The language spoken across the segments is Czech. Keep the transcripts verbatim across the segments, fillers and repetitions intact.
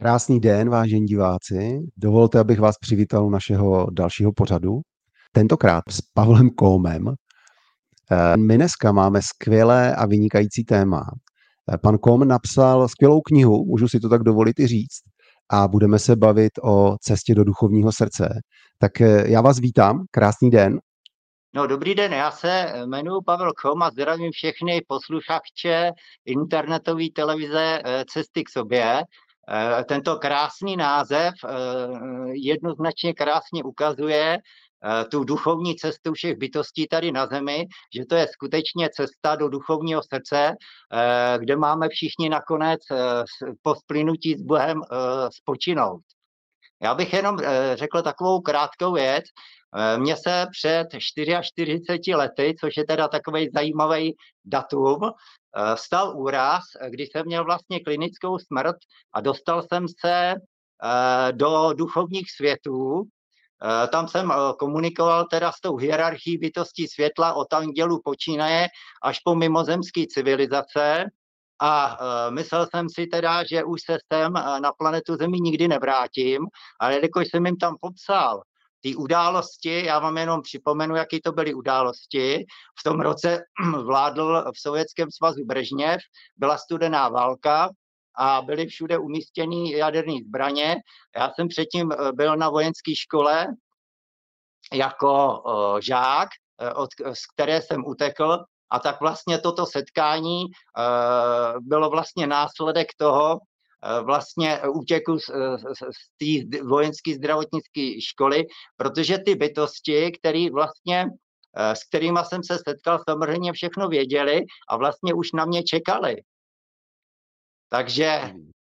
Krásný den, vážení diváci. Dovolte, abych vás přivítal u našeho dalšího pořadu. Tentokrát s Pavlem Kómem. My dneska máme skvělé a vynikající téma. Pan Kóm napsal skvělou knihu, můžu si to tak dovolit i říct, a budeme se bavit o cestě do duchovního srdce. Tak já vás vítám, krásný den. No, dobrý den, já se jmenuji Pavel Kóm a zdravím všechny posluchače internetové televize Cesty k sobě. Tento krásný název jednoznačně krásně ukazuje tu duchovní cestu všech bytostí tady na zemi, že to je skutečně cesta do duchovního srdce, kde máme všichni nakonec po splynutí s Bohem spočinout. Já bych jenom řekl takovou krátkou věc. Mně se před čtyřiceti čtyři lety, což je teda takový zajímavý datum, stal úraz, kdy jsem měl vlastně klinickou smrt a dostal jsem se do duchovních světů. Tam jsem komunikoval teda s tou hierarchií bytostí světla od andělů počínaje až po mimozemské civilizace. A myslel jsem si teda, že už se sem na planetu Zemi nikdy nevrátím, ale jelikož jsem jim tam popsal ty události, já vám jenom připomenu, jaký to byly události. V tom roce vládl v Sovětském svazu Brežněv, byla studená válka a byly všude umístěny jaderné zbraně. Já jsem předtím byl na vojenské škole jako žák, od, z které jsem utekl. A tak vlastně toto setkání uh, bylo vlastně následek toho uh, vlastně útěku z, z, z té vojenské zdravotnické školy, protože ty bytosti, který vlastně, uh, s kterými jsem se setkal, samozřejmě všechno věděli a vlastně už na mě čekali. Takže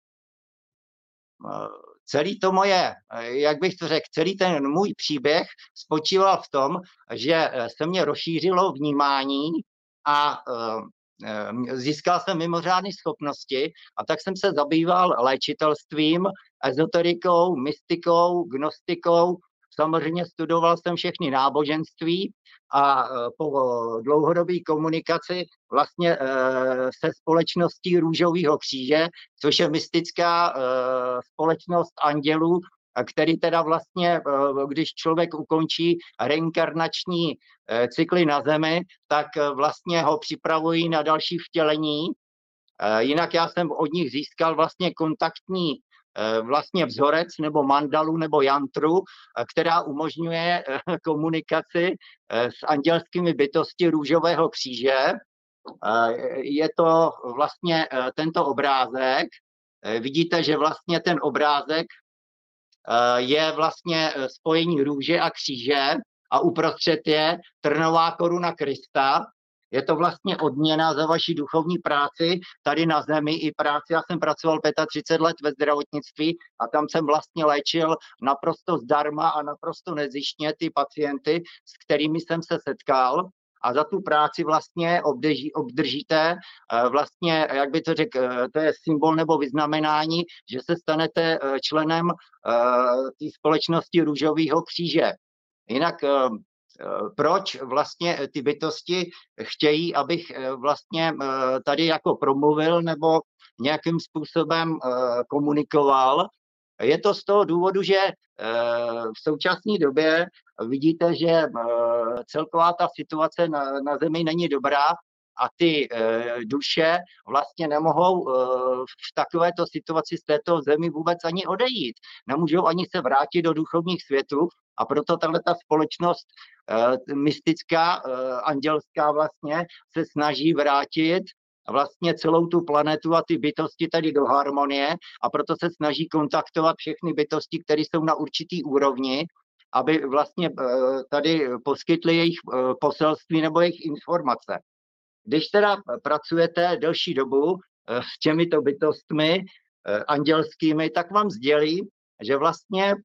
uh, celý to moje, jak bych to řekl, celý ten můj příběh spočíval v tom, že se mě rozšířilo vnímání a e, získal jsem mimořádné schopnosti a tak jsem se zabýval léčitelstvím, ezoterikou, mystikou, gnostikou. Samozřejmě studoval jsem všechny náboženství a e, po dlouhodobé komunikaci vlastně e, se společností Růžového kříže, což je mystická e, společnost andělů, který teda vlastně, když člověk ukončí reinkarnační cykly na Zemi, tak vlastně ho připravují na další vtělení. Jinak já jsem od nich získal vlastně kontaktní vlastně vzorec nebo mandalu nebo jantru, která umožňuje komunikaci s andělskými bytosti Růžového kříže. Je to vlastně tento obrázek. Vidíte, že vlastně ten obrázek je vlastně spojení růže a kříže a uprostřed je trnová koruna Krista. Je to vlastně odměna za vaši duchovní práci tady na zemi i práci. Já jsem pracoval třicet pět let ve zdravotnictví a tam jsem vlastně léčil naprosto zdarma a naprosto nezištně ty pacienty, s kterými jsem se setkal. A za tu práci vlastně obdrží, obdržíte vlastně, jak by to řekl, to je symbol nebo vyznamenání, že se stanete členem té společnosti Růžového kříže. Jinak proč vlastně ty bytosti chtějí, abych vlastně tady jako promluvil nebo nějakým způsobem komunikoval? Je to z toho důvodu, že v současné době vidíte, že celková ta situace na, na Zemi není dobrá a ty duše vlastně nemohou v takovéto situaci z této zemi vůbec ani odejít. Nemůžou ani se vrátit do duchovních světů a proto tato společnost mystická, andělská vlastně se snaží vrátit vlastně celou tu planetu a ty bytosti tady do harmonie a proto se snaží kontaktovat všechny bytosti, které jsou na určitý úrovni, aby vlastně tady poskytli jejich poselství nebo jejich informace. Když teda pracujete delší dobu s těmito bytostmi andělskými, tak vám sdělí, že vlastně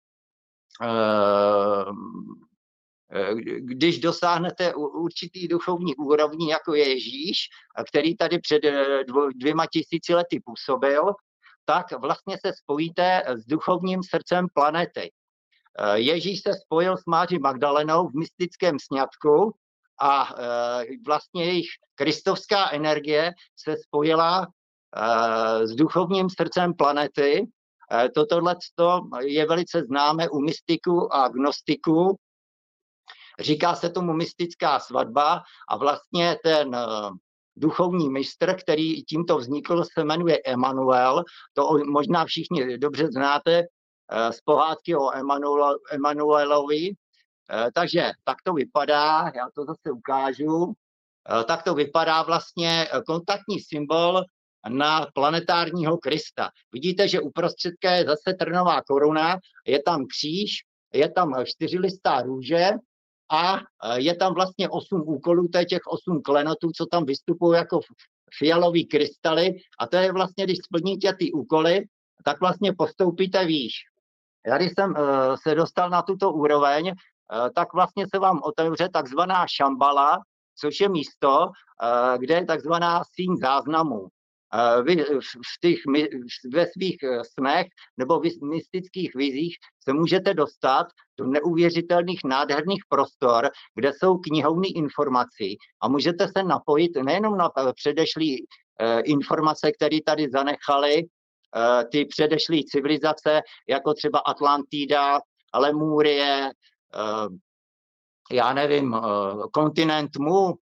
když dosáhnete určitý duchovní úrovni, jako je Ježíš, který tady před dvěma tisíci lety působil, tak vlastně se spojíte s duchovním srdcem planety. Ježíš se spojil s Máří Magdalenou v mystickém sňatku a vlastně jejich kristovská energie se spojila s duchovním srdcem planety Tohle je velice známé u mystiků a gnostiků. Říká se tomu mystická svatba a vlastně ten duchovní mistr, který tímto vznikl, se jmenuje Emanuel. To možná všichni dobře znáte z pohádky o Emanuelovi. Takže tak to vypadá, já to zase ukážu. Tak to vypadá vlastně kontaktní symbol na planetárního Krista. Vidíte, že uprostředka je zase trnová koruna, je tam kříž, je tam čtyřlistá růže a je tam vlastně osm úkolů, to je těch osm klenotů, co tam vystupují jako fialový krystaly a to je vlastně, když splníte ty úkoly, tak vlastně postoupíte výš. Já když jsem uh, se dostal na tuto úroveň, uh, tak vlastně se vám otevře takzvaná šambala, což je místo, uh, kde je takzvaná síň záznamů. Uh, vy v těch, ve svých snech nebo v mystických vizích se můžete dostat do neuvěřitelných nádherných prostor, kde jsou knihovny informací a můžete se napojit nejenom na předešlý uh, informace, které tady zanechaly uh, ty předešlé civilizace, jako třeba Atlantida, Lemurie, uh, já nevím, uh, kontinent Mu, uh,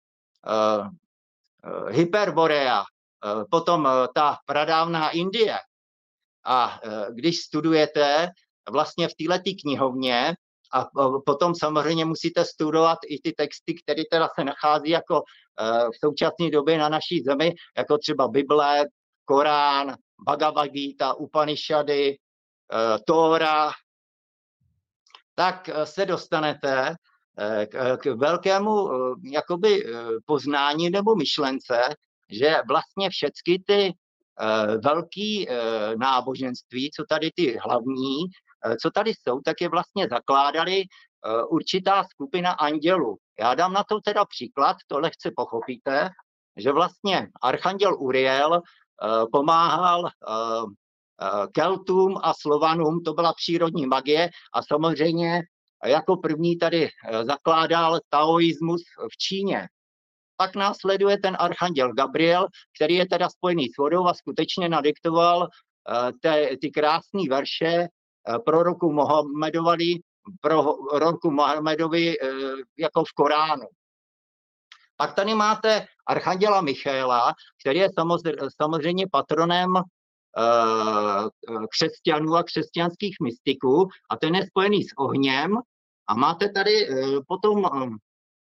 uh, Hyperborea, potom ta pradávná Indie. A když studujete vlastně v této knihovně a potom samozřejmě musíte studovat i ty texty, které teda se nachází jako v současné době na naší zemi, jako třeba Bible, Korán, Bhagavad Gita, Upanishady, Tóra, tak se dostanete k velkému jakoby poznání nebo myšlence, že vlastně všechny ty uh, velké uh, náboženství, co tady ty hlavní, uh, co tady jsou, tak je vlastně zakládali uh, určitá skupina andělů. Já dám na to teda příklad, to lehce pochopíte, že vlastně archanděl Uriel uh, pomáhal uh, uh, Keltům a Slovanům, to byla přírodní magie a samozřejmě jako první tady uh, zakládal taoismus v Číně. Pak následuje ten archanděl Gabriel, který je teda spojený s vodou a skutečně nadiktoval uh, te, ty krásné verše uh, proroku Mohamedovi, proroku Mohamedovi uh, jako v Koránu. Pak tady máte archanděla Michaela, který je samozřejmě, samozřejmě patronem uh, křesťanů a křesťanských mystiků a ten je spojený s ohněm a máte tady uh, potom um,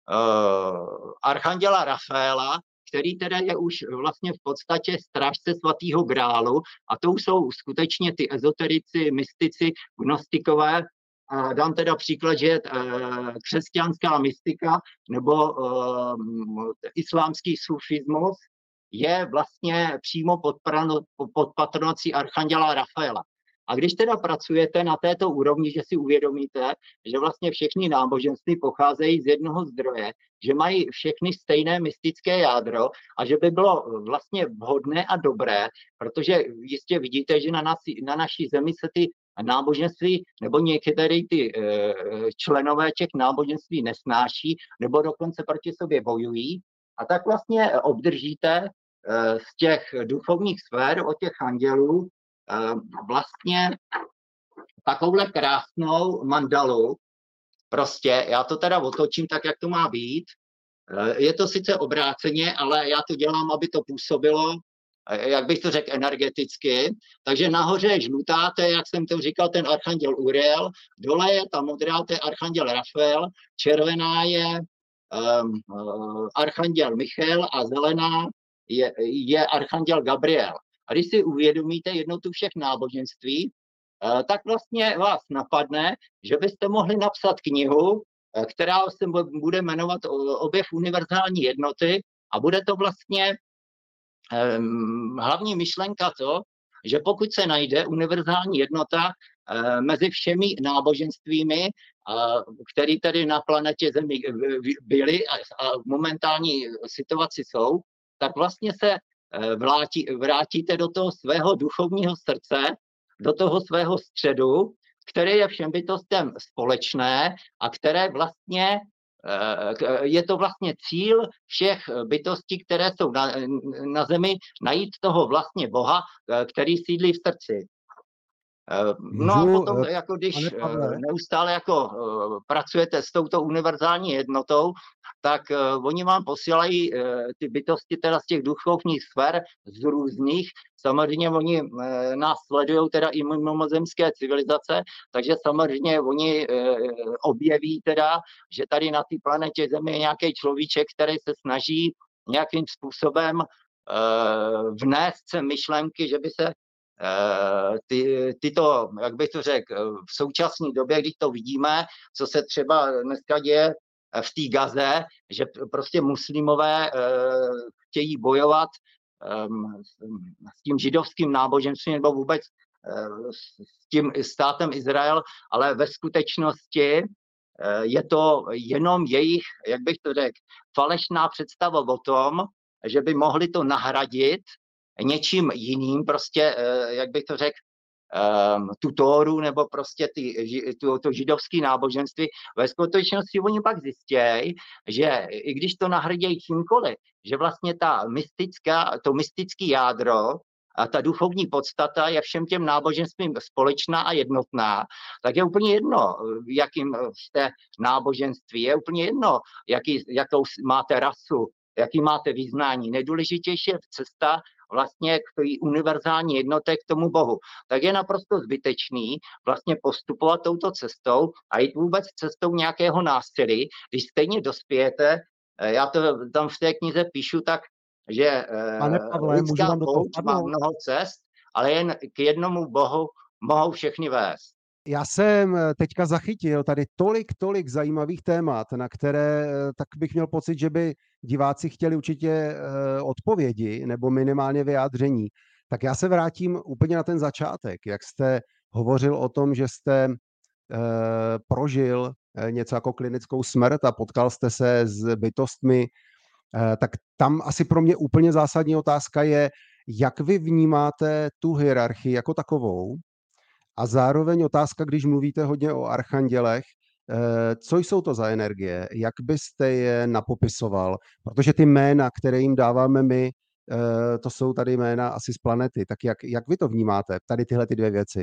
Uh, archanděla Rafaela, který teda je už vlastně v podstatě strážce svatého grálu a to jsou skutečně ty ezoterici, mystici, gnostikové. A dám teda příklad, že je uh, křesťanská mystika nebo uh, islámský sufismus je vlastně přímo pod, prano, pod patronací archanděla Rafaela. A když teda pracujete na této úrovni, že si uvědomíte, že vlastně všechny náboženství pocházejí z jednoho zdroje, že mají všechny stejné mystické jádro a že by bylo vlastně vhodné a dobré, protože jistě vidíte, že na, nás, na naší zemi se ty náboženství nebo některé ty e, členové těch náboženství nesnáší nebo dokonce proti sobě bojují. A tak vlastně obdržíte e, z těch duchovních sfér od těch andělů vlastně takovouhle krásnou mandalu, prostě, já to teda otočím tak, jak to má být, je to sice obráceně, ale já to dělám, aby to působilo, jak bych to řekl, energeticky, takže nahoře je žlutá, to je, jak jsem to říkal, ten archanděl Uriel, dole je ta modrá, to je archanděl Rafael, červená je um, archanděl Michael a zelená je, je archanděl Gabriel. A když si uvědomíte jednotu všech náboženství, tak vlastně vás napadne, že byste mohli napsat knihu, která se bude jmenovat Objev univerzální jednoty a bude to vlastně hlavní myšlenka to, že pokud se najde univerzální jednota mezi všemi náboženstvími, které tady na planetě Zemi byly a v momentální situaci jsou, tak vlastně se Vrátí, vrátíte do toho svého duchovního srdce, do toho svého středu, které je všem bytostem společné a které vlastně, je to vlastně cíl všech bytostí, které jsou na, na zemi, najít toho vlastně Boha, který sídlí v srdci. No a Můžu, potom, eh, jako pane když Pavle? neustále jako pracujete s touto univerzální jednotou, tak oni vám posílají ty bytosti teda z těch duchovních sfér z různých. Samozřejmě oni nás sledují teda i mimozemské civilizace, takže samozřejmě oni objeví teda, že tady na té planetě Zemi je nějaký človíček, který se snaží nějakým způsobem vnést se myšlenky, že by se ty, tyto, jak bych to řekl, v současné době, když to vidíme, co se třeba dneska děje v té Gaze, že prostě muslimové chtějí bojovat s tím židovským náboženstvím nebo vůbec s tím státem Izrael, ale ve skutečnosti je to jenom jejich, jak bych to řekl, falešná představa o tom, že by mohli to nahradit něčím jiným, prostě, jak bych to řekl, tu Tóru nebo prostě ty, tu, to židovské náboženství. Ve skutečnosti oni pak zjistějí, že i když to nahradějí čímkoliv, že vlastně ta mystická, to mystické jádro a ta duchovní podstata je všem těm náboženstvím společná a jednotná, tak je úplně jedno, jakým jste náboženství, je úplně jedno, jaký, jakou máte rasu, jaký máte vyznání. Nejdůležitější je cesta vlastně k té univerzální jednotě k tomu Bohu. Tak je naprosto zbytečný vlastně postupovat touto cestou a jít vůbec cestou nějakého násilí, když stejně dospějete, já to tam v té knize píšu tak, že Pane Pavle, můžu lidská vám do toho pouť má vpadnout? mnoho cest, ale jen k jednomu Bohu mohou všechny vést. Já jsem teďka zachytil tady tolik, tolik zajímavých témat, na které tak bych měl pocit, že by diváci chtěli určitě odpovědi nebo minimálně vyjádření. Tak já se vrátím úplně na ten začátek, jak jste hovořil o tom, že jste prožil něco jako klinickou smrt a potkal jste se s bytostmi, tak tam asi pro mě úplně zásadní otázka je, jak vy vnímáte tu hierarchii jako takovou. A zároveň otázka, když mluvíte hodně o archandělech, co jsou to za energie? Jak byste je napopisoval? Protože ty jména, které jim dáváme my, to jsou tady jména asi z planety. Tak jak, jak vy to vnímáte, tady tyhle ty dvě věci?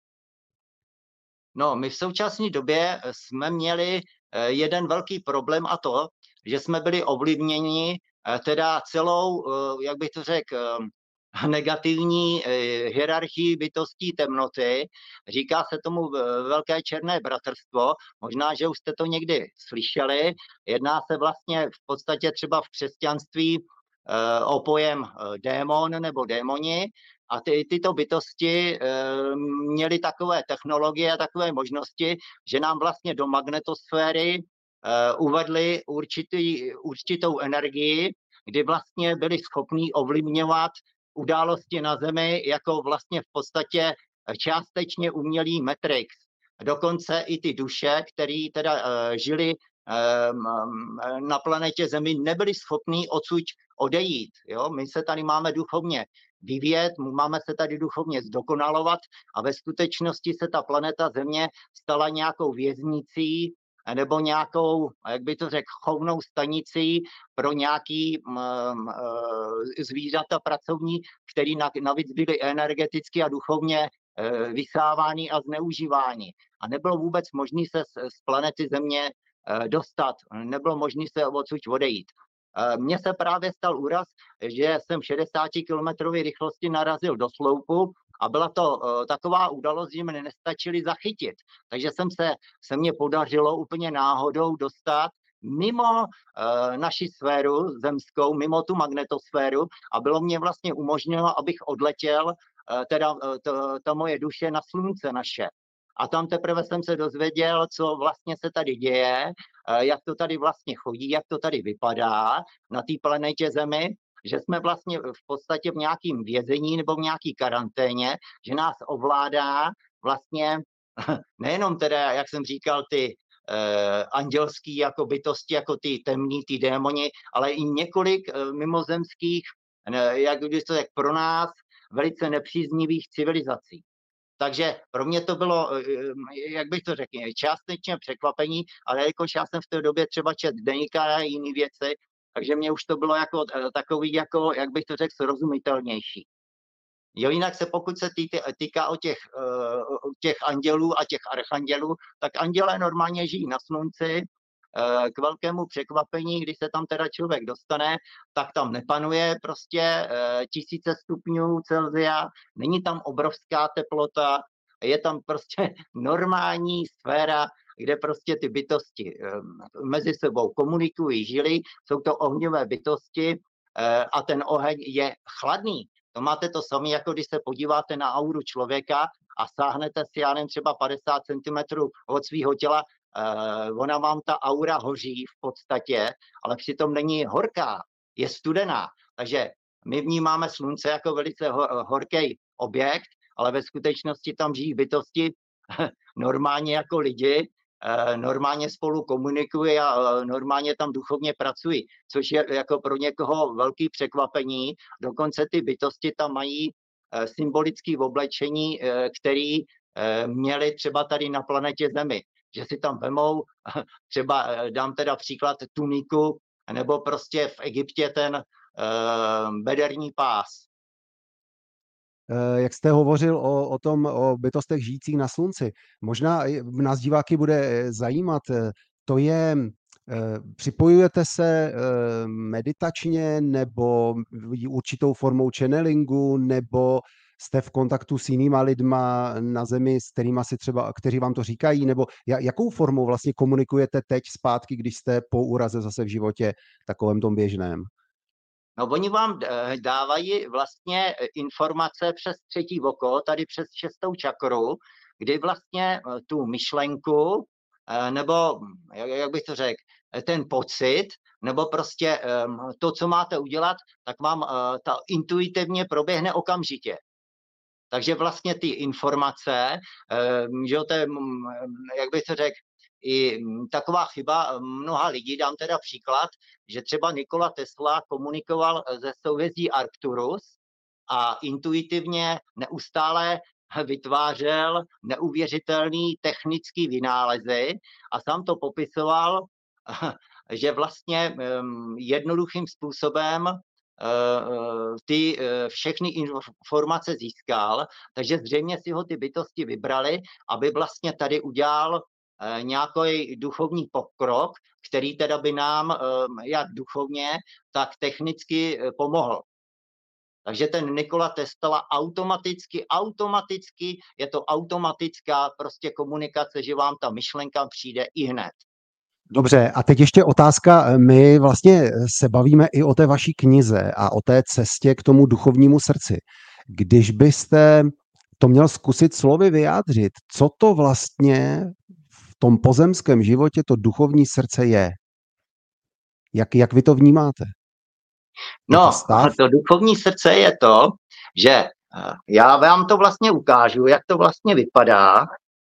No, my v současné době jsme měli jeden velký problém a to, že jsme byli ovlivněni teda celou, jak bych to řekl, negativní hierarchii bytostí temnoty. Říká se tomu velké černé bratrstvo. Možná, že už jste to někdy slyšeli. Jedná se vlastně v podstatě třeba v křesťanství o pojem démon nebo démoni. A ty, tyto bytosti e, měly takové technologie a takové možnosti, že nám vlastně do magnetosféry e, uvedly určitý, určitou energii, kdy vlastně byli schopní ovlivňovat události na Zemi jako vlastně v podstatě částečně umělý Matrix. Dokonce i ty duše, které teda e, žili e, na planetě Zemi, nebyly schopní odsud odejít. Jo? My se tady máme duchovně vyvíjet, máme se tady duchovně zdokonalovat a ve skutečnosti se ta planeta Země stala nějakou věznicí nebo nějakou, jak by to řekl, chovnou stanicí pro nějaký um, uh, zvířata pracovní, který navíc byly energeticky a duchovně uh, vysávány a zneužívány. A nebylo vůbec možné se z, z planety Země uh, dostat, nebylo možné se odsud odejít. Mně se právě stal úraz, že jsem v šedesátikilometrové rychlosti narazil do sloupu a byla to uh, taková událost, že mě nestačili zachytit. Takže jsem se, se mně podařilo úplně náhodou dostat mimo uh, naši sféru zemskou, mimo tu magnetosféru a bylo mě vlastně umožněno, abych odletěl uh, teda uh, to, ta moje duše na slunce naše. A tam teprve jsem se dozvěděl, co vlastně se tady děje, jak to tady vlastně chodí, jak to tady vypadá na té planetě Zemi, že jsme vlastně v podstatě v nějakém vězení nebo v nějaký karanténě, že nás ovládá vlastně nejenom teda, jak jsem říkal, ty eh, andělský jako bytosti, jako ty temní, ty démoni, ale i několik eh, mimozemských, ne, jak když to tak pro nás, velice nepříznivých civilizací. Takže pro mě to bylo, jak bych to řekl, částečně překvapení, ale jakož já jsem v té době třeba čet deníka a jiné věci, takže mě už to bylo jako takový, jako, jak bych to řekl, srozumitelnější. Jo, jinak se pokud se tý, týká o těch, uh, těch andělů a těch archandělů, tak andělé normálně žijí na slunci. Uh, k velkému překvapení, když se tam teda člověk dostane, tak tam nepanuje prostě uh, tisíce stupňů Celsia, není tam obrovská teplota, je tam prostě normální sféra, kde prostě ty bytosti um, mezi sebou komunikují, žili, jsou to ohňové bytosti uh, a ten oheň je chladný. To máte to samé, jako když se podíváte na auru člověka a sáhnete si, já nevím, třeba padesát centimetrů od svého těla, uh, ona vám ta aura hoří v podstatě, ale přitom není horká, je studená. Takže my vnímáme slunce jako velice ho- horký objekt, ale ve skutečnosti tam žijí bytosti normálně jako lidi, normálně spolu komunikují a normálně tam duchovně pracují, což je jako pro někoho velký překvapení. Dokonce ty bytosti tam mají symbolické oblečení, které měli třeba tady na planetě Zemi. Že si tam vemou, třeba dám teda příklad tuniku, nebo prostě v Egyptě ten bederní pás. Jak jste hovořil o, o tom, o bytostech žijících na slunci, možná nás diváky bude zajímat, to je, připojujete se meditačně nebo určitou formou channelingu, nebo jste v kontaktu s jinýma lidma na Zemi, s kterýma si třeba, kteří vám to říkají, nebo jakou formou vlastně komunikujete teď zpátky, když jste po úraze zase v životě takovém tom běžném? No, oni vám dávají vlastně informace přes třetí oko, tady přes šestou čakru, kdy vlastně tu myšlenku, nebo jak bych to řekl, ten pocit, nebo prostě to, co máte udělat, tak vám ta intuitivně proběhne okamžitě. Takže vlastně ty informace, že to je, jak bych to řekl, i taková chyba mnoha lidí, dám teda příklad, že třeba Nikola Tesla komunikoval ze souhvězdí Arcturus a intuitivně neustále vytvářel neuvěřitelný technický vynálezy a sám to popisoval, že vlastně jednoduchým způsobem ty všechny informace získal, takže zřejmě si ho ty bytosti vybrali, aby vlastně tady udělal nějaký duchovní pokrok, který teda by nám jak duchovně, tak technicky pomohl. Takže ten Nikola Tesla automaticky, automaticky, je to automatická prostě komunikace, že vám ta myšlenka přijde i hned. Dobře, a teď ještě otázka. My vlastně se bavíme i o té vaší knize a o té cestě k tomu duchovnímu srdci. Když byste to měl zkusit slovy vyjádřit, co to vlastně v tom pozemském životě to duchovní srdce je? Jak, jak vy to vnímáte? No, to duchovní srdce je to, že já vám to vlastně ukážu, jak to vlastně vypadá.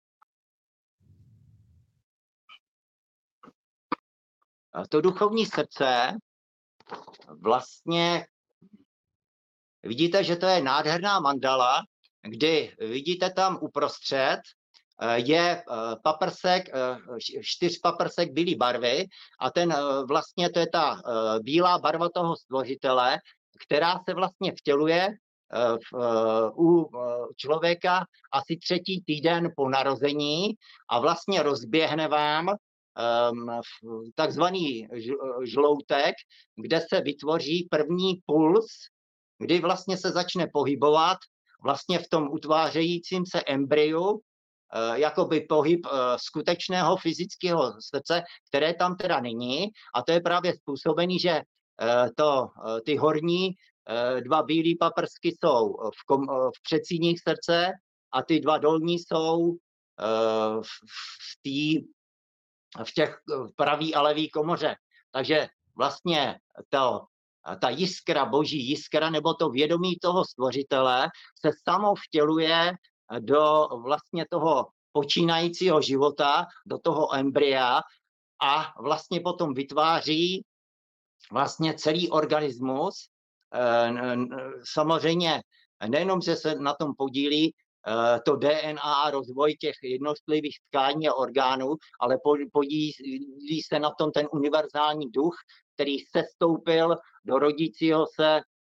To duchovní srdce vlastně, vidíte, že to je nádherná mandala, kdy vidíte tam uprostřed je paprsek, čtyř paprsek bílé barvy a ten vlastně to je ta bílá barva toho stvořitele, která se vlastně vtěluje v, u člověka asi třetí týden po narození a vlastně rozběhne vám takzvaný žloutek, kde se vytvoří první puls, kdy vlastně se začne pohybovat vlastně v tom utvářejícím se embryu, jakoby pohyb skutečného fyzického srdce, které tam teda není, a to je právě způsobený, že to, ty horní dva bílé paprsky jsou v, kom, v předsíních srdce a ty dva dolní jsou v, v, tý, v těch pravý a levý komoře. Takže vlastně to, ta jiskra, boží jiskra, nebo to vědomí toho stvořitele se samo vtěluje do vlastně toho počínajícího života, do toho embrya a vlastně potom vytváří vlastně celý organismus. Samozřejmě nejenom, že se na tom podílí to D N A a rozvoj těch jednotlivých tkání a orgánů, ale podílí se na tom ten univerzální duch, který sestoupil do rodícího se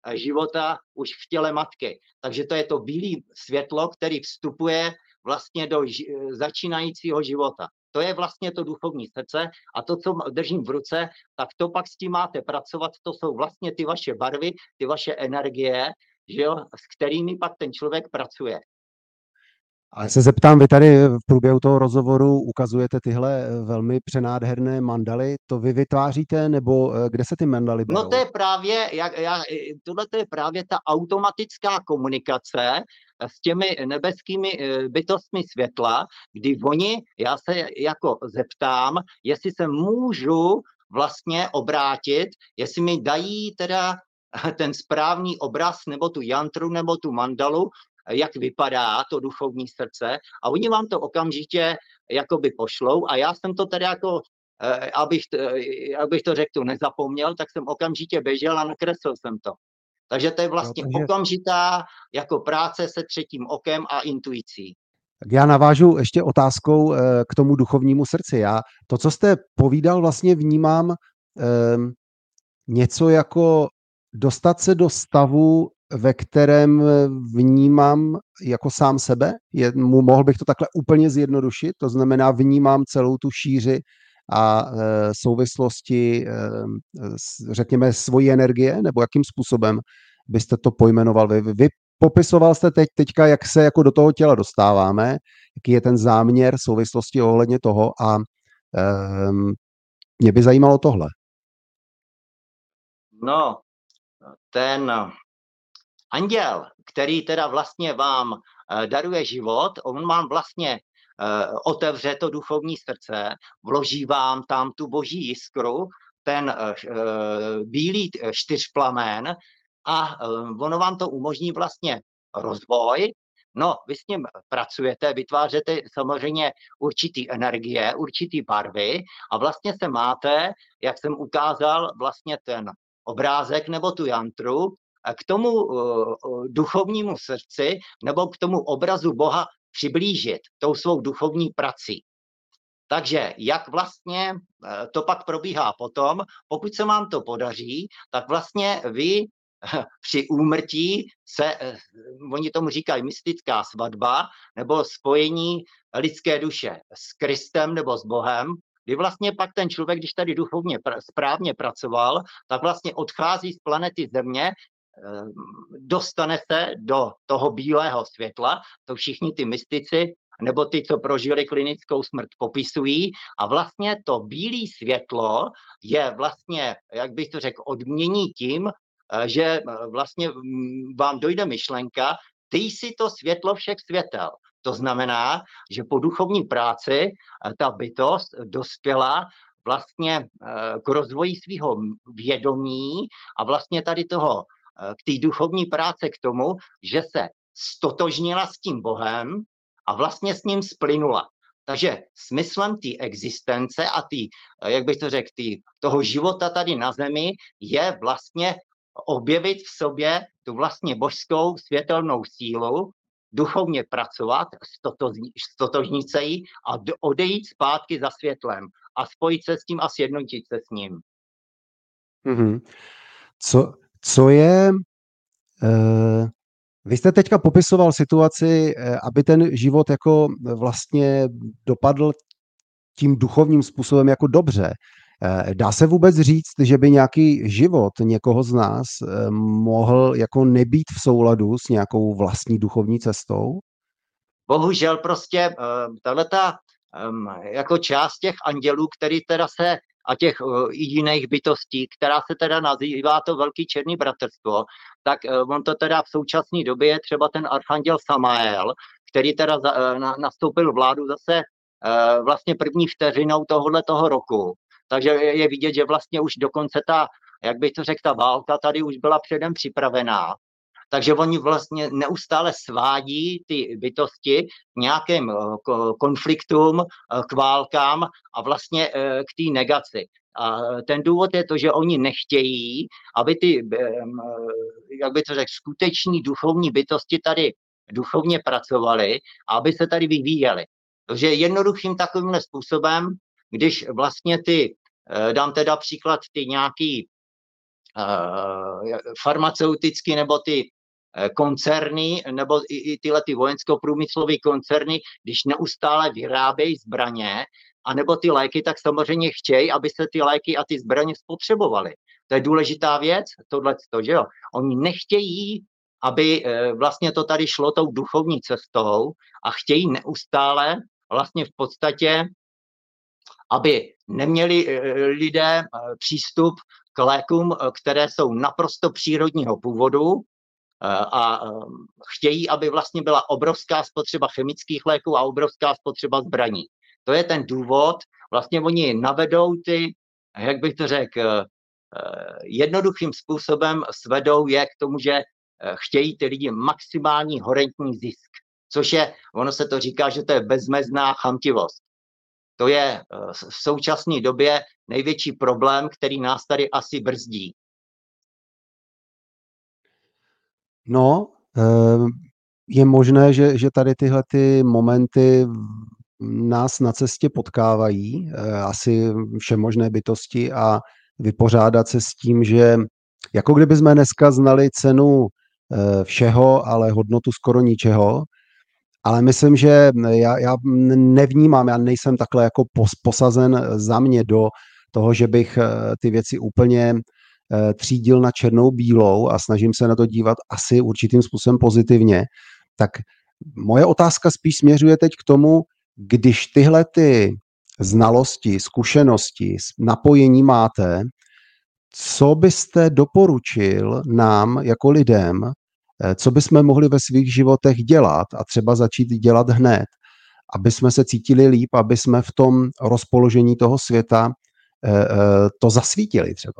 života už v těle matky. Takže to je to bílé světlo, který vstupuje vlastně do ži- začínajícího života. To je vlastně to duchovní srdce a to, co držím v ruce, tak to pak s tím máte pracovat, to jsou vlastně ty vaše barvy, ty vaše energie, že jo, s kterými pak ten člověk pracuje. Ale se zeptám, vy tady v průběhu toho rozhovoru ukazujete tyhle velmi přenádherné mandaly, to vy vytváříte, nebo kde se ty mandaly berou? No to je právě, jak, jak, tohle je právě ta automatická komunikace s těmi nebeskými bytostmi světla, kdy oni, já se jako zeptám, jestli se můžu vlastně obrátit, jestli mi dají teda ten správný obraz, nebo tu jantru, nebo tu mandalu, jak vypadá to duchovní srdce a oni vám to okamžitě jakoby pošlou a já jsem to tedy jako, eh, abych, eh, abych to řekl, nezapomněl, tak jsem okamžitě běžel a nakreslil jsem to. Takže to je vlastně no, takže... okamžitá jako práce se třetím okem a intuicí. Tak já navážu ještě otázkou eh, k tomu duchovnímu srdci. Já to, co jste povídal, vlastně vnímám eh, něco jako dostat se do stavu, ve kterém vnímám jako sám sebe. Je, mohl bych to takhle úplně zjednodušit, to znamená vnímám celou tu šíři a e, souvislosti, e, řekněme, svojí energie, nebo jakým způsobem byste to pojmenoval vy. Vy popisoval jste teď, teďka, jak se jako do toho těla dostáváme, jaký je ten záměr souvislosti ohledně toho a e, mě by zajímalo tohle. No, ten anděl, který teda vlastně vám uh, daruje život, on vám vlastně uh, otevře to duchovní srdce, vloží vám tam tu boží jiskru, ten uh, bílý čtyřplamen a uh, ono vám to umožní vlastně rozvoj. No, vy s ním pracujete, vytvářete samozřejmě určitý energie, určitý barvy a vlastně se máte, jak jsem ukázal, vlastně ten obrázek nebo tu jantru, k tomu uh, duchovnímu srdci nebo k tomu obrazu Boha přiblížit tou svou duchovní prací. Takže jak vlastně uh, to pak probíhá potom, pokud se vám to podaří, tak vlastně vy uh, při úmrtí se, uh, oni tomu říkají mystická svatba nebo spojení lidské duše s Kristem nebo s Bohem, kdy vlastně pak ten člověk, když tady duchovně pr- správně pracoval, tak vlastně odchází z planety Země, dostane se do toho bílého světla, to všichni ty mystici nebo ty, co prožili klinickou smrt, popisují a vlastně to bílé světlo je vlastně, jak bych to řekl, odmění tím, že vlastně vám dojde myšlenka, ty jsi to světlo všech světel. To znamená, že po duchovní práci ta bytost dospěla vlastně k rozvoji svého vědomí a vlastně tady toho k té duchovní práce k tomu, že se stotožnila s tím Bohem a vlastně s ním splynula. Takže smyslem té existence a tý, jak bych to řekl, tý, toho života tady na zemi je vlastně objevit v sobě tu vlastně božskou světelnou sílu, duchovně pracovat, stotožnit se jí a odejít zpátky za světlem a spojit se s tím a sjednotit se s ním. Mm-hmm. Co, co je... Uh... Vy jste teďka popisoval situaci, aby ten život jako vlastně dopadl tím duchovním způsobem jako dobře. Dá se vůbec říct, že by nějaký život někoho z nás mohl jako nebýt v souladu s nějakou vlastní duchovní cestou? Bohužel prostě tahleta jako část těch andělů, který teda se a těch uh, jiných bytostí, která se teda nazývá to Velký černý bratrstvo, tak uh, on to teda v současné době je třeba ten archanděl Samael, který teda za, uh, na, nastoupil vládu zase uh, vlastně první vteřinou tohohle toho roku. Takže je, je vidět, že vlastně už dokonce ta, jak bych to řekl, ta válka tady už byla předem připravená. Takže oni vlastně neustále svádí ty bytosti k nějakým konfliktům, k válkám a vlastně k té negaci. A ten důvod je to, že oni nechtějí, aby ty, jak by to řekl, skuteční duchovní bytosti tady duchovně pracovaly a aby se tady vyvíjely. Takže jednoduchým takovýmhle způsobem, když vlastně ty, dám teda příklad, ty nějaký farmaceutický nebo ty koncerny, nebo i, i tyhle ty vojensko-průmyslové koncerny, když neustále vyrábějí zbraně, anebo ty léky, tak samozřejmě chtějí, aby se ty léky a ty zbraně spotřebovaly. To je důležitá věc, tohleto, že jo. Oni nechtějí, aby vlastně to tady šlo tou duchovní cestou a chtějí neustále vlastně v podstatě, aby neměli lidé přístup k lékům, které jsou naprosto přírodního původu, a chtějí, aby vlastně byla obrovská spotřeba chemických léků a obrovská spotřeba zbraní. To je ten důvod, vlastně oni navedou ty, jak bych to řekl, jednoduchým způsobem svedou je k tomu, že chtějí ty lidi maximální horentní zisk, což je, ono se to říká, že to je bezmezná chamtivost. To je v současné době největší problém, který nás tady asi brzdí. No, je možné, že, že tady tyhle ty momenty nás na cestě potkávají, asi všemožné bytosti, a vypořádat se s tím, že jako kdyby jsme dneska znali cenu všeho, ale hodnotu skoro ničeho, ale myslím, že já, já nevnímám, já nejsem takhle jako posazen za mě do toho, že bych ty věci úplně třídil na černou bílou a snažím se na to dívat asi určitým způsobem pozitivně, tak moje otázka spíš směřuje teď k tomu, když tyhle ty znalosti, zkušenosti, napojení máte, co byste doporučil nám jako lidem, co bychom mohli ve svých životech dělat a třeba začít dělat hned, aby jsme se cítili líp, aby jsme v tom rozpoložení toho světa to zasvítili třeba.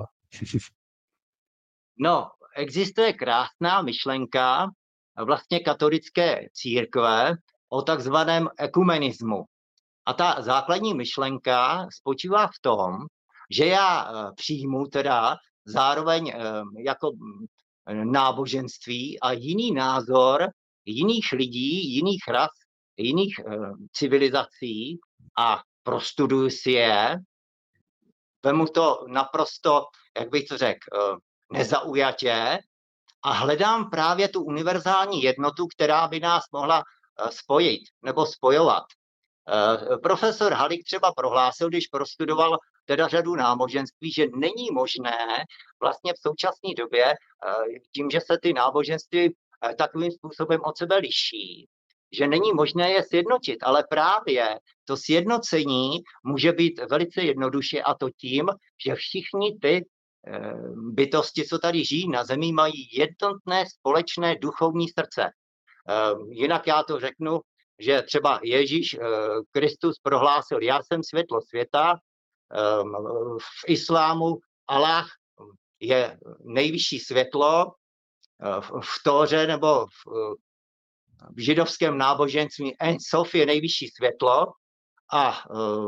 No, existuje krásná myšlenka vlastně katolické církve o takzvaném ekumenismu. A ta základní myšlenka spočívá v tom, že já přijmu teda zároveň jako náboženství a jiný názor jiných lidí, jiných ras, jiných civilizací a prostuduju si je, vemu to naprosto, jak bych to řekl, nezaujatě a hledám právě tu univerzální jednotu, která by nás mohla spojit nebo spojovat. Profesor Halik třeba prohlásil, když prostudoval teda řadu náboženství, že není možné vlastně v současné době, tím, že se ty náboženství takovým způsobem od sebe liší, že není možné je sjednotit, ale právě to sjednocení může být velice jednoduše, a to tím, že všichni ty bytosti, co tady žijí na zemi, mají jednotné společné duchovní srdce. Jinak já to řeknu, že třeba Ježíš Kristus prohlásil, já jsem světlo světa, v islámu Allah je nejvyšší světlo, v Tóře nebo v židovském náboženství En Sof je nejvyšší světlo a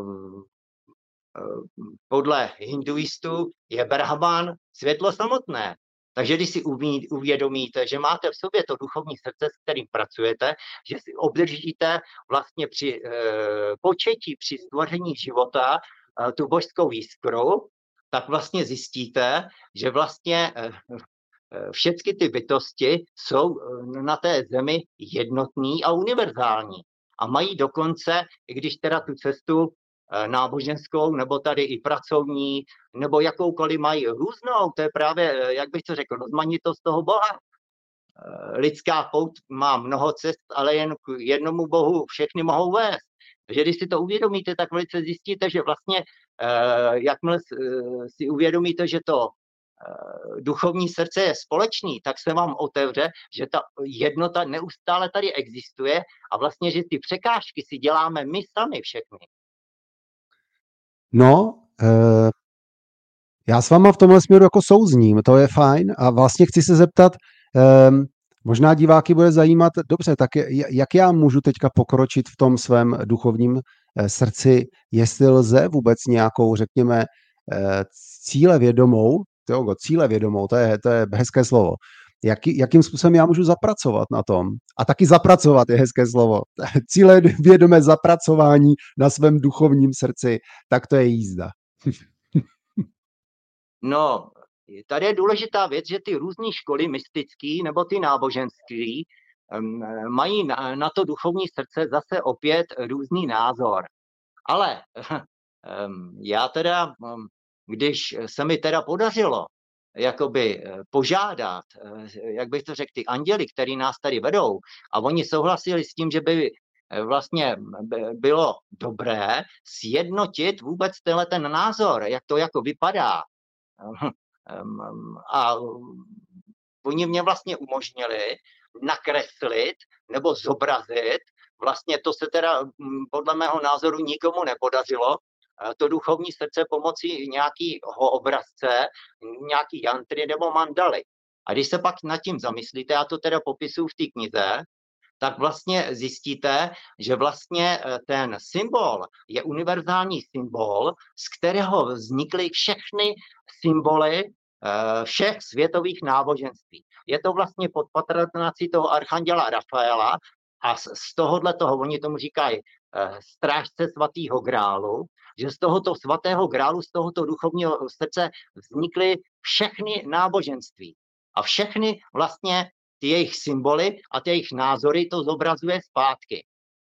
podle hinduistů je Brahman světlo samotné. Takže když si uvědomíte, že máte v sobě to duchovní srdce, s kterým pracujete, že si obdržíte vlastně při e, početí, při stvoření života e, tu božskou jiskru, tak vlastně zjistíte, že vlastně e, všechny ty bytosti jsou na té zemi jednotní a univerzální. A mají dokonce, i když teda tu cestu náboženskou, nebo tady i pracovní, nebo jakoukoliv mají různou, to je právě, jak bych to řekl, rozmanitost toho Boha. Lidská pout má mnoho cest, ale jen k jednomu Bohu všechny mohou vést. Takže když si to uvědomíte, tak velice zjistíte, že vlastně, jakmile si uvědomíte, že to duchovní srdce je společný, tak se vám otevře, že ta jednota neustále tady existuje a vlastně, že ty překážky si děláme my sami všechny. No, eh, já s váma v tomhle směru jako souzním, to je fajn a vlastně chci se zeptat, eh, možná diváky bude zajímat, dobře, tak jak já můžu teďka pokročit v tom svém duchovním eh, srdci, jestli lze vůbec nějakou, řekněme, eh, cílevědomou, to, cílevědomou, to je, to je hezké slovo, Jak, jakým způsobem já můžu zapracovat na tom. A taky zapracovat je hezké slovo. Cíle vědomé zapracování na svém duchovním srdci, tak to je jízda. No, tady je důležitá věc, že ty různé školy mystické nebo ty náboženství mají na, na to duchovní srdce zase opět různý názor. Ale já teda, když se mi teda podařilo jakoby požádat, jak bych to řekl, ty anděli, který nás tady vedou, a oni souhlasili s tím, že by vlastně bylo dobré sjednotit vůbec tenhle ten názor, jak to jako vypadá. A oni mě vlastně umožnili nakreslit nebo zobrazit. Vlastně to se teda podle mého názoru nikomu nepodařilo, to duchovní srdce pomocí nějakého obrazce, nějaký jantry nebo mandaly. A když se pak nad tím zamyslíte, já to teda popisuju v té knize, tak vlastně zjistíte, že vlastně ten symbol je univerzální symbol, z kterého vznikly všechny symboly všech světových náboženství. Je to vlastně pod patronací toho archanděla Rafaela a z tohohle toho, oni tomu říkají strážce svatého grálu, že z tohoto svatého grálu, z tohoto duchovního srdce vznikly všechny náboženství. A všechny vlastně ty jejich symboly a ty jejich názory to zobrazuje zpátky.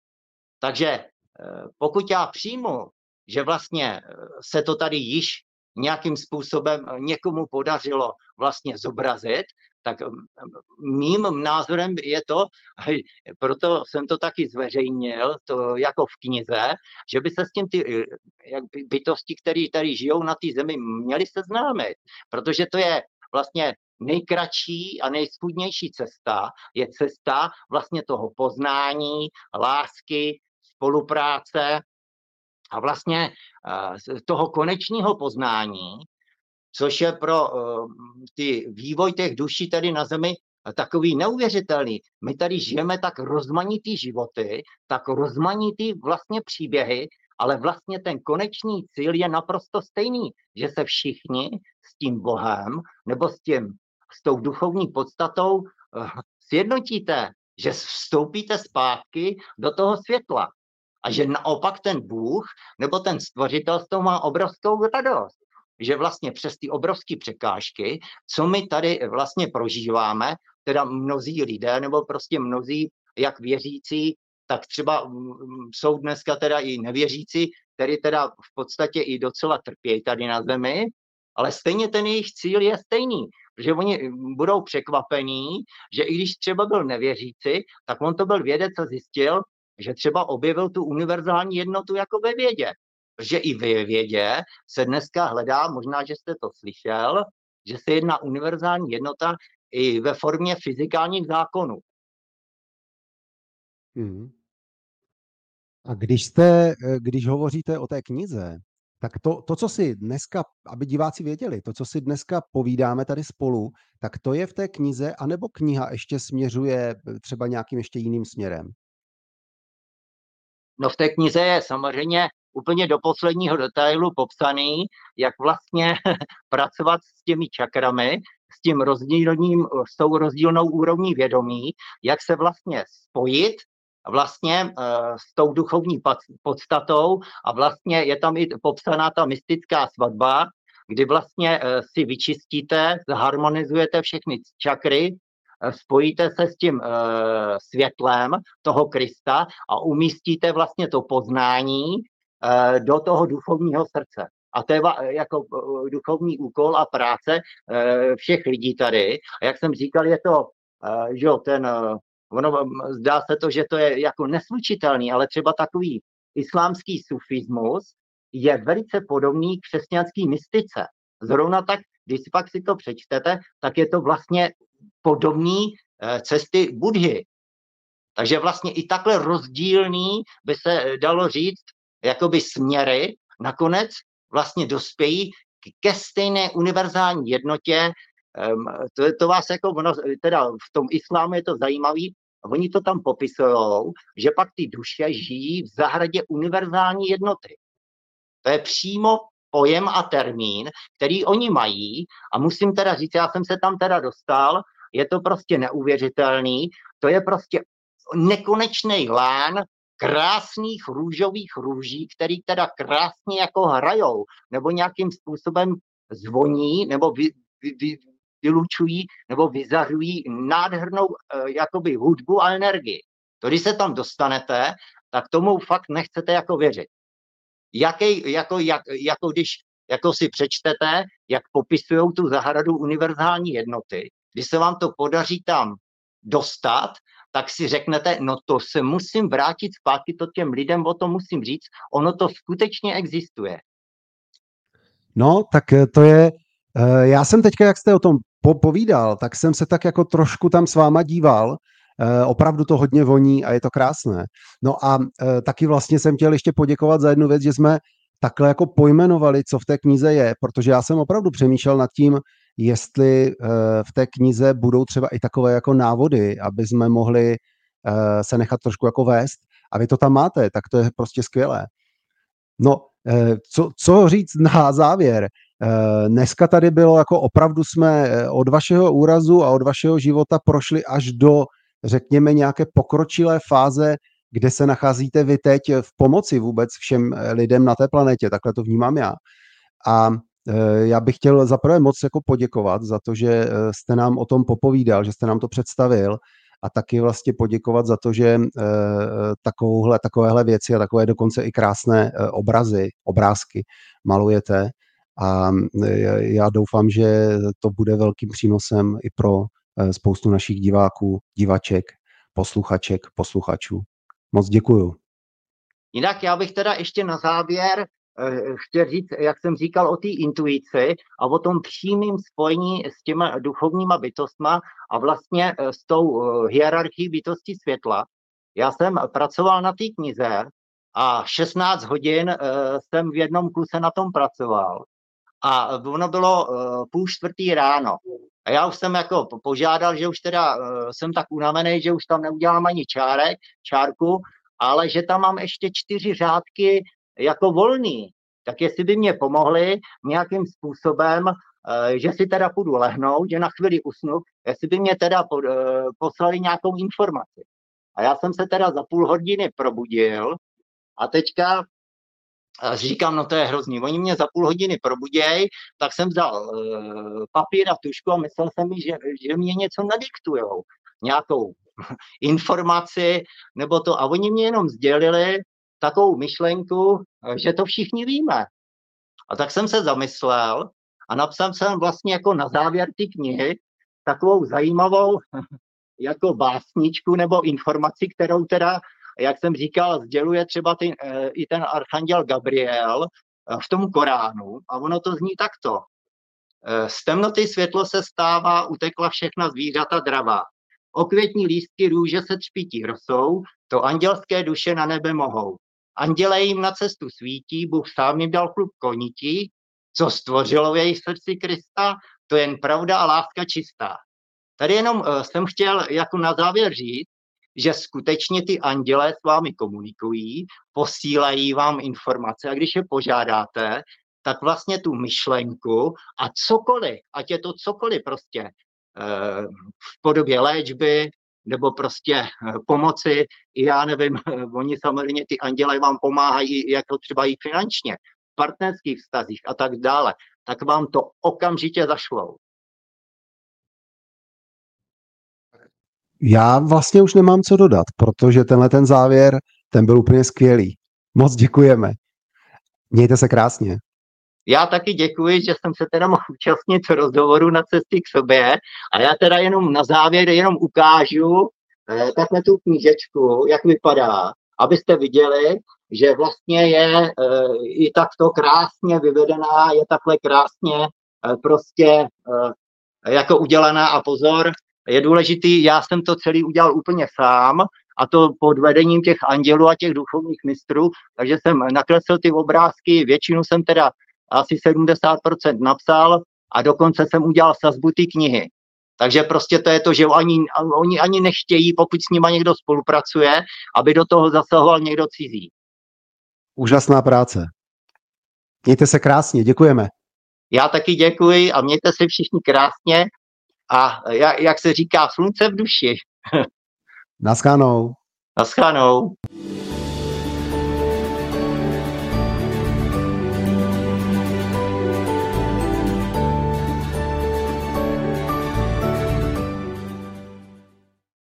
Takže pokud já přijmu, že vlastně se to tady již nějakým způsobem někomu podařilo vlastně zobrazit, tak mým názorem je to, proto jsem to taky zveřejnil, to jako v knize, že by se s tím ty jak bytosti, které tady žijou na té zemi, měly seznámit, protože to je vlastně nejkratší a nejschůdnější cesta, je cesta vlastně toho poznání, lásky, spolupráce a vlastně toho konečného poznání, což je pro uh, ty vývoj těch duší tady na zemi takový neuvěřitelný. My tady žijeme tak rozmanitý životy, tak rozmanitý vlastně příběhy, ale vlastně ten konečný cíl je naprosto stejný, že se všichni s tím Bohem nebo s, tím, s tou duchovní podstatou uh, sjednotíte, že vstoupíte zpátky do toho světla a že naopak ten Bůh nebo ten stvořitel s tou má obrovskou radost. Že vlastně přes ty obrovské překážky, co my tady vlastně prožíváme, teda mnozí lidé, nebo prostě mnozí, jak věřící, tak třeba jsou dneska teda i nevěřící, který teda v podstatě i docela trpějí tady na zemi, ale stejně ten jejich cíl je stejný, že oni budou překvapení, že i když třeba byl nevěřící, tak on to byl vědec a zjistil, že třeba objevil tu univerzální jednotu jako ve vědě. Že i ve vědě se dneska hledá, možná, že jste to slyšel, že se jedná univerzální jednota i ve formě fyzikálních zákonů. Hmm. A když jste, když hovoříte o té knize, tak to, to, co si dneska, aby diváci věděli, to, co si dneska povídáme tady spolu, tak to je v té knize, anebo kniha ještě směřuje třeba nějakým ještě jiným směrem? No v té knize je samozřejmě úplně do posledního detailu popsaný, jak vlastně pracovat s těmi čakrami, s tím rozdílným, s tou rozdílnou úrovní vědomí, jak se vlastně spojit vlastně uh, s tou duchovní podstatou a vlastně je tam i popsaná ta mystická svatba, kdy vlastně uh, si vyčistíte, zharmonizujete všechny čakry, spojíte se s tím uh, světlem toho Krista a umístíte vlastně to poznání uh, do toho duchovního srdce. A to je jako uh, duchovní úkol a práce uh, všech lidí tady. A jak jsem říkal, je to, uh, že ten, uh, ono zdá se to, že to je jako neslučitelný, ale třeba takový islámský sufismus je velice podobný k křesťanský mystice. Zrovna tak, když si pak si to přečtete, tak je to vlastně podobný cesty Budhy. Takže vlastně i takhle rozdílný by se dalo říct, jakoby směry nakonec vlastně dospějí ke stejné univerzální jednotě. To, to vás jako, teda v tom islámu je to zajímavý, oni to tam popisujou, že pak ty duše žijí v zahradě univerzální jednoty. To je přímo pojem a termín, který oni mají a musím teda říct, já jsem se tam teda dostal, je to prostě neuvěřitelný, to je prostě nekonečný lán krásných růžových růží, který teda krásně jako hrajou, nebo nějakým způsobem zvoní, nebo vy, vy, vy, vylučují nebo vyzařují nádhernou uh, jakoby hudbu a energii. To, když se tam dostanete, tak tomu fakt nechcete jako věřit. Jaký, jako, jak, jako když jako si přečtete, jak popisují tu zahradu univerzální jednoty, když se vám to podaří tam dostat, tak si řeknete, no to se musím vrátit zpátky, to těm lidem o tom musím říct, ono to skutečně existuje. No, tak to je, já jsem teďka, jak jste o tom povídal, tak jsem se tak jako trošku tam s váma díval, opravdu to hodně voní a je to krásné. No a taky vlastně jsem chtěl ještě poděkovat za jednu věc, že jsme takhle jako pojmenovali, co v té knize je, protože já jsem opravdu přemýšlel nad tím, jestli v té knize budou třeba i takové jako návody, aby jsme mohli se nechat trošku jako vést. A vy to tam máte, tak to je prostě skvělé. No, co, co říct na závěr? Dneska tady bylo jako opravdu jsme od vašeho úrazu a od vašeho života prošli až do, řekněme, nějaké pokročilé fáze, kde se nacházíte vy teď v pomoci vůbec všem lidem na té planetě, takhle to vnímám já. A já bych chtěl zaprvé moc jako poděkovat za to, že jste nám o tom popovídal, že jste nám to představil a taky vlastně poděkovat za to, že takovouhle, takovéhle věci a takové dokonce i krásné obrazy, obrázky malujete a já doufám, že to bude velkým přínosem i pro spoustu našich diváků, divaček, posluchaček, posluchačů. Moc děkuju. Jinak já bych teda ještě na závěr eh, chtěl říct, jak jsem říkal, o té intuici a o tom přímým spojení s těma duchovníma bytostma a vlastně eh, s tou eh, hierarchií bytosti světla. Já jsem pracoval na té knize a šestnáct hodin eh, jsem v jednom kuse na tom pracoval. A ono bylo uh, půl čtvrtý ráno. A já už jsem jako požádal, že už teda uh, jsem tak unavený, že už tam neudělám ani čárek, čárku, ale že tam mám ještě čtyři řádky jako volný. Tak jestli by mě pomohli nějakým způsobem, uh, že si teda půjdu lehnout, že na chvíli usnu, jestli by mě teda pod, uh, poslali nějakou informaci. A já jsem se teda za půl hodiny probudil a teďka a říkám, no to je hrozný. Oni mě za půl hodiny probuděj, tak jsem vzal uh, papír a tušku a myslel jsem mi, že, že mě něco nadiktujou. Nějakou informaci nebo to. A oni mě jenom sdělili takovou myšlenku, že to všichni víme. A tak jsem se zamyslel a napsal jsem vlastně jako na závěr ty knihy takovou zajímavou jako básničku nebo informaci, kterou teda, jak jsem říkal, sděluje třeba ty, e, i ten archanděl Gabriel e, v tom Koránu a ono to zní takto. E, z temnoty světlo se stává, utekla všechna zvířata dravá. Okvětní lístky růže se třpítí rosou, to andělské duše na nebe mohou. Anděle jim na cestu svítí, Bůh sám jim dal klub konití, co stvořilo v jejich srdci Krista, to jen pravda a láska čistá. Tady jenom uh, jsem chtěl jako na závěr říct, že skutečně ty andělé s vámi komunikují, posílají vám informace a když je požádáte, tak vlastně tu myšlenku a cokoliv, ať je to cokoliv prostě uh, v podobě léčby nebo prostě uh, pomoci, i já nevím, uh, oni samozřejmě ty andělé vám pomáhají jako třeba i finančně, v partnerských vztazích a tak dále, tak vám to okamžitě zašlou. Já vlastně už nemám co dodat, protože tenhle ten závěr, ten byl úplně skvělý. Moc děkujeme. Mějte se krásně. Já taky děkuji, že jsem se teda mohl účastnit rozhovoru na cestě k sobě a já teda jenom na závěr jenom ukážu eh, takhle tu knížečku, jak vypadá, abyste viděli, že vlastně je eh, i takto krásně vyvedená, je takhle krásně eh, prostě eh, jako udělaná a pozor, je důležitý, já jsem to celý udělal úplně sám a to pod vedením těch andělů a těch duchovních mistrů, takže jsem nakreslil ty obrázky, většinu jsem teda asi sedmdesát procent napsal a dokonce jsem udělal sazbu ty knihy. Takže prostě to je to, že oni, oni ani nechtějí, pokud s nima někdo spolupracuje, aby do toho zasahoval někdo cizí. Úžasná práce. Mějte se krásně, děkujeme. Já taky děkuji a mějte se všichni krásně. A jak se říká, slunce v duši. Naschledanou. Naschledanou.